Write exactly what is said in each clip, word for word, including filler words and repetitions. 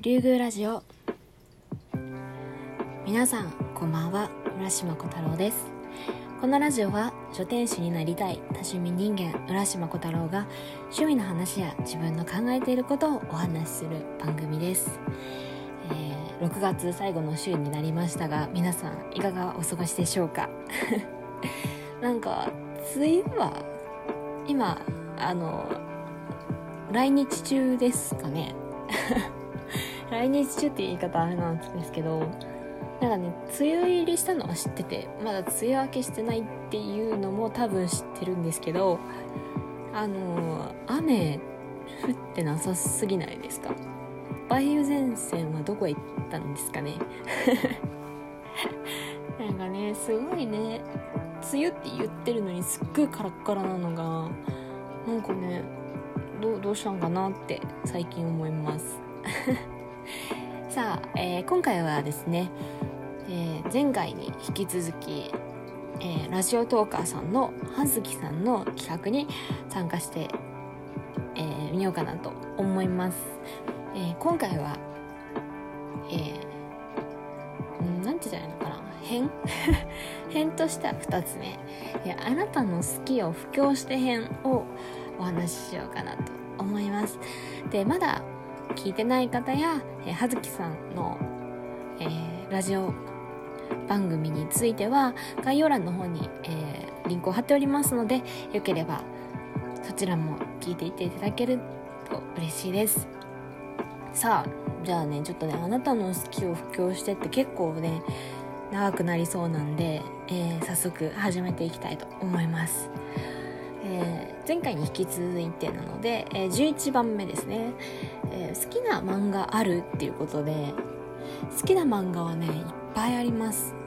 竜宮ラジオ。皆さんこんばんは、浦島小太郎です。このラジオは書店主になりたい多趣味人間浦島小太郎が趣味の話や自分の考えていることをお話しする番組です。えー、ろくがつ最後の週になりましたが、皆さんいかがお過ごしでしょうかなんか梅雨は今あの来日中ですかね来日中って言い方あれなんですけど、なんかね、梅雨入りしたのは知ってて、まだ梅雨明けしてないっていうのも多分知ってるんですけど、あの雨降ってなさすぎないですか？梅雨前線はどこへ行ったんですかねなんかね、すごいね、梅雨って言ってるのにすっごいカラッカラなのがなんかね、どう、どうしたんかなって最近思いますさあ、えー、今回はですね、えー、前回に引き続き、えー、ラジオトーカーさんの葉月さんの企画に参加してみ、えー、ようかなと思います。えー、今回は、えー、なんて言ったらいいのかな、編編としてはふたつめ、えー、あなたの好きを布教して編をお話ししようかなと思います。で、まだ聞いてない方や、えー、葉月さんの、えー、ラジオ番組については概要欄の方に、えー、リンクを貼っておりますので、よければそちらも聞いていっていただけると嬉しいです。さあ、じゃあね、ちょっとね、あなたの好きを布教してって結構ね長くなりそうなんで、えー、早速始めていきたいと思います。えー、前回に引き続いてなので、えー、じゅういちばんめですね、えー、好きな漫画あるっていうことで、好きな漫画はねいっぱいあります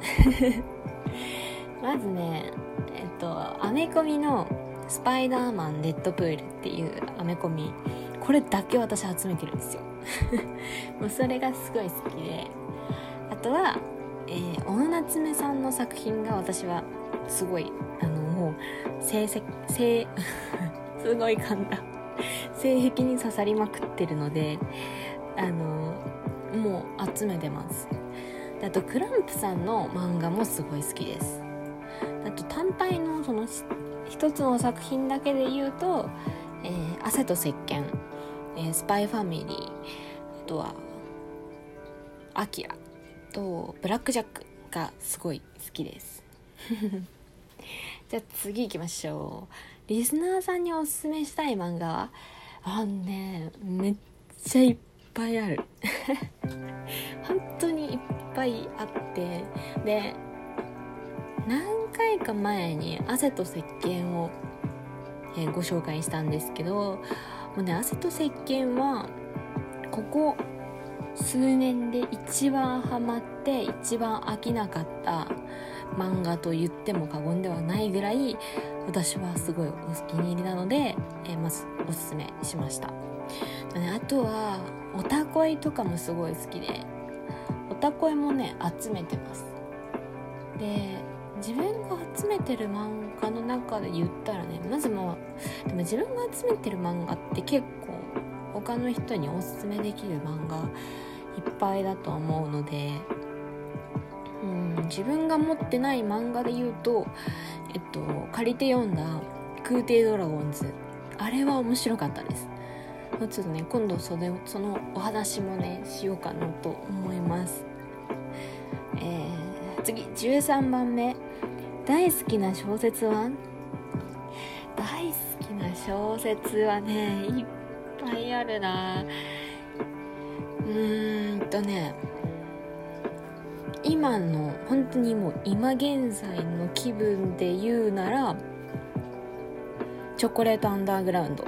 まずね、えっとアメコミのスパイダーマンデッドプールっていうアメコミ、これだけ私集めてるんですよもうそれがすごい好きで、あとは、えー、小野夏目さんの作品が私はすごいあのもう性癖性すごい噛んだ性癖に刺さりまくってるので、あのもう集めてます。で、あとクランプさんの漫画もすごい好きです。あと単体のその一つの作品だけで言うと、えー、汗と石鹸、えー、スパイファミリー、あとはアキラとブラックジャックがすごい好きですじゃあ次行きましょう。リスナーさんにおすすめしたい漫画はあのね、めっちゃいっぱいある本当にいっぱいあって、で何回か前に汗と石鹸を、えー、ご紹介したんですけど、もうね、汗と石鹸はここ数年で一番ハマって一番飽きなかった漫画と言っても過言ではないぐらい私はすごいお気に入りなので、えー、まずおすすめしました。あとはオタコイとかもすごい好きで、オタコイもね集めてます。で、自分が集めてる漫画の中で言ったらね、まずもうでも自分が集めてる漫画って結構他の人におすすめできる漫画いっぱいだと思うので、うん、自分が持ってない漫画で言うと、えっと借りて読んだ空挺ドラゴンズ、あれは面白かったです。ちょっとね、今度それそのお話もねしようかなと思います。えー、次じゅうさんばんめ、大好きな小説は大好きな小説はねいっぱいあるな。うーんとね今の本当にもう今現在の気分で言うならチョコレートアンダーグラウンド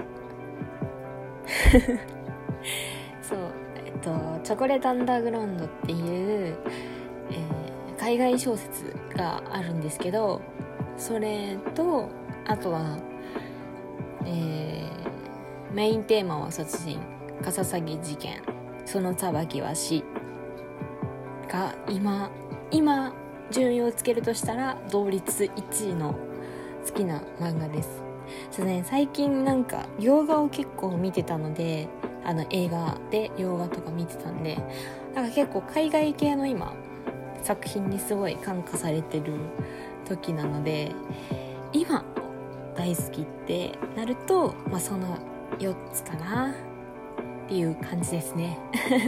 そう、えっとチョコレートアンダーグラウンドっていう、えー、海外小説があるんですけど、それとあとは、えー、メインテーマは殺人、カササギ事件、その裁きは死が今今順位をつけるとしたら同率いちいの好きな漫画です。そうね、最近なんか洋画を結構見てたので、 あの映画で洋画とか見てたんで、なんか結構海外系の今作品にすごい感化されてる時なので、今大好きってなると、まあ、そのよっつかなっていう感じですね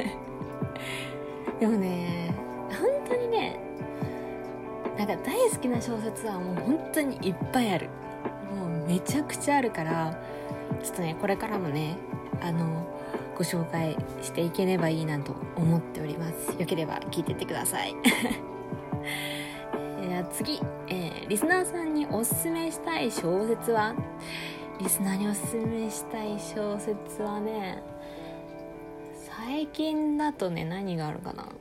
でもね、本当にね、なんか大好きな小説はもう本当にいっぱいある。もうめちゃくちゃあるから、ちょっとねこれからもねあのご紹介していければいいなと思っております。よければ聞いてってくださいえー、次、えー、リスナーさんにおすすめしたい小説は、リスナーにおすすめしたい小説はね、最近だとね何があるかな。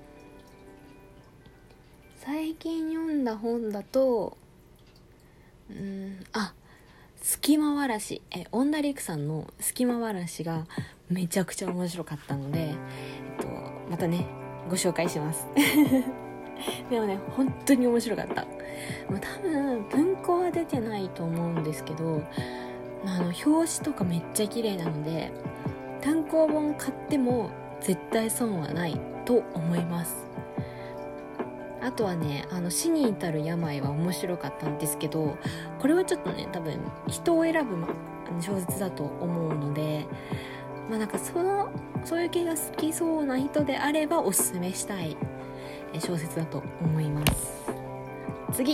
最近読んだ本だとうーんあ隙間わらし、え恩田陸さんの隙間わらしがめちゃくちゃ面白かったので、えっと、またねご紹介しますでもね本当に面白かった。もう多分文庫は出てないと思うんですけど、あの表紙とかめっちゃ綺麗なので、単行本買っても絶対損はないと思います。あとはね、あの死に至る病は面白かったんですけど、これはちょっとね多分人を選ぶ小説だと思うので、まあなんかそのそういう系が好きそうな人であればおすすめしたい小説だと思います。次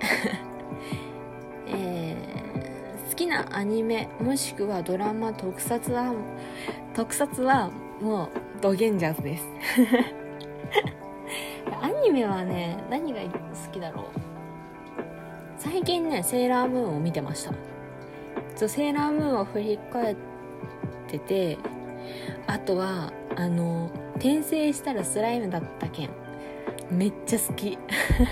えー、好きなアニメもしくはドラマ特撮は特撮はもうドゲンジャーズですアニメはね何が好きだろう。最近ねセーラームーンを見てました。そうセーラームーンを振り返ってて、あとはあの転生したらスライムだった件めっちゃ好き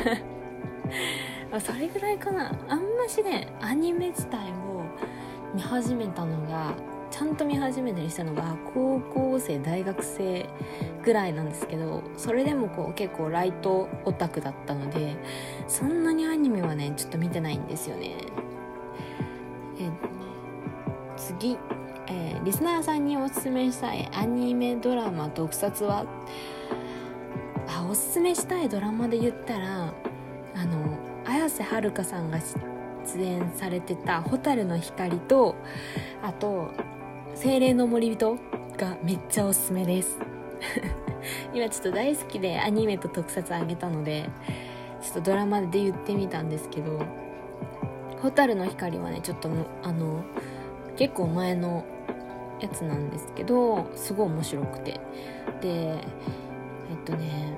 それぐらいかな。あんましねアニメ自体を見始めたのがちゃんと見始めたりしたのが高校生大学生ぐらいなんですけど、それでもこう結構ライトオタクだったので、そんなにアニメはねちょっと見てないんですよね。え次、えー、リスナーさんにおすすめしたいアニメドラマ特撮は、あおすすめしたいドラマで言ったら、あの綾瀬はるかさんが出演されてた蛍の光と、あと精霊の守人がめっちゃおすすめです今ちょっと大好きでアニメと特撮あげたのでちょっとドラマで言ってみたんですけど、蛍の光はねちょっとあの結構前のやつなんですけどすごい面白くて、でえっとね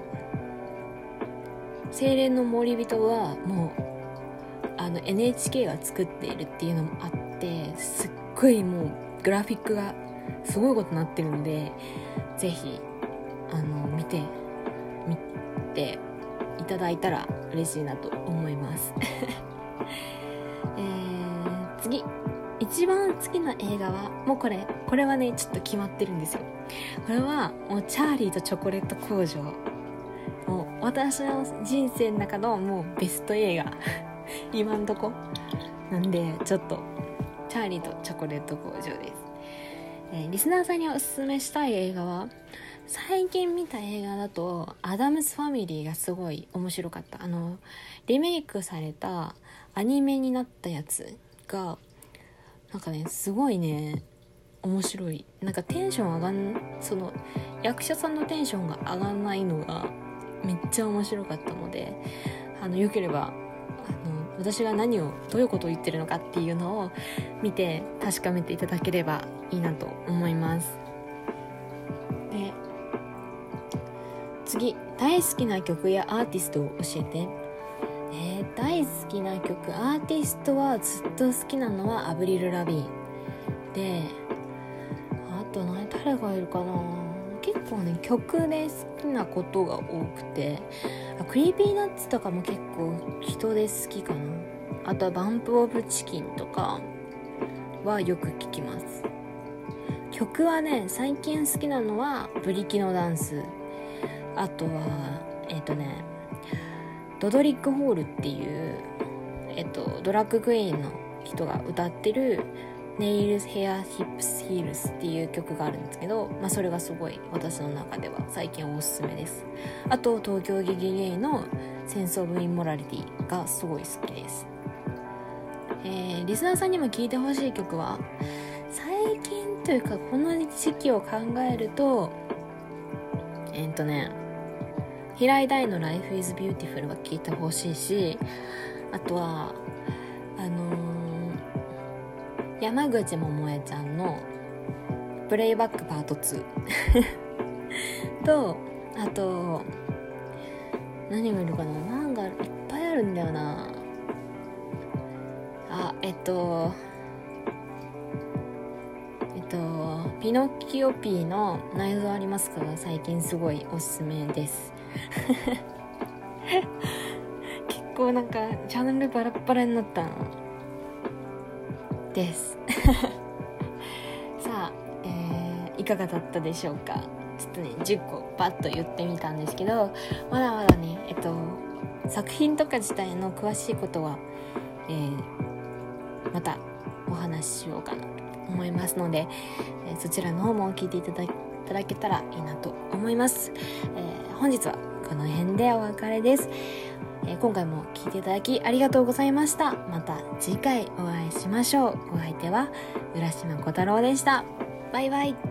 精霊の守人はもうあの エヌエイチケー が作っているっていうのもあって、すっごいもうグラフィックがすごいことになってるので、ぜひあの見て見ていただいたら嬉しいなと思います、えー、次一番好きな映画はもうこれこれはねちょっと決まってるんですよ。これはもうチャーリーとチョコレート工場、もう私の人生の中のもうベスト映画今んとこなんで、ちょっとチャーリーとチョコレート工場です、えー、リスナーさんにおすすめしたい映画は、最近見た映画だとアダムスファミリーがすごい面白かった。あのリメイクされたアニメになったやつがなんかねすごいね面白い。なんかテンション上がんその役者さんのテンションが上がらないのがめっちゃ面白かったので、あのよければあの私が何をどういうことを言ってるのかっていうのを見て確かめていただければいいなと思います。で次、大好きな曲やアーティストを教えて。えー、大好きな曲アーティストはずっと好きなのはアブリル・ラビーンで、あと何誰がいるかな。結構ね曲で好きなことが多くて、クリーピーナッツとかも結構人で好きかな。あとはバンプオブチキンとかはよく聞きます。曲はね最近好きなのはブリキのダンス、あとはえっとねドドリック・ホールっていう、えっと、ドラッグクイーンの人が歌ってる Nails, Hair, Hips, Heels っていう曲があるんですけど、まあ、それがすごい私の中では最近おすすめです。あと東京ゲゲゲイの Sense of Immorality がすごい好きです。えー、リスナーさんにも聴いてほしい曲は、最近というかこの時期を考えるとえーっとね平井大の Life is Beautiful が聴いてほしいし、あとはあのー、山口百恵ちゃんのプレイバックパートツーと、あと何がいるかな、なんかいっぱいあるんだよなあ、えっとえっとピノッキオピーの内臓ありますかが最近すごいおすすめです結構なんかチャンネルバラッバラになったなですさあ、えー、いかがだったでしょうか。ちょっとねじゅっこバッと言ってみたんですけど、まだまだねえっと作品とか自体の詳しいことは、えー、またお話ししようかなと思いますので、えー、そちらの方も聞いていただいただけたらいいなと思います。えー、本日はこの辺でお別れです。えー、今回も聞いていただきありがとうございました。また次回お会いしましょう。お相手は浦島小太郎でした。バイバイ。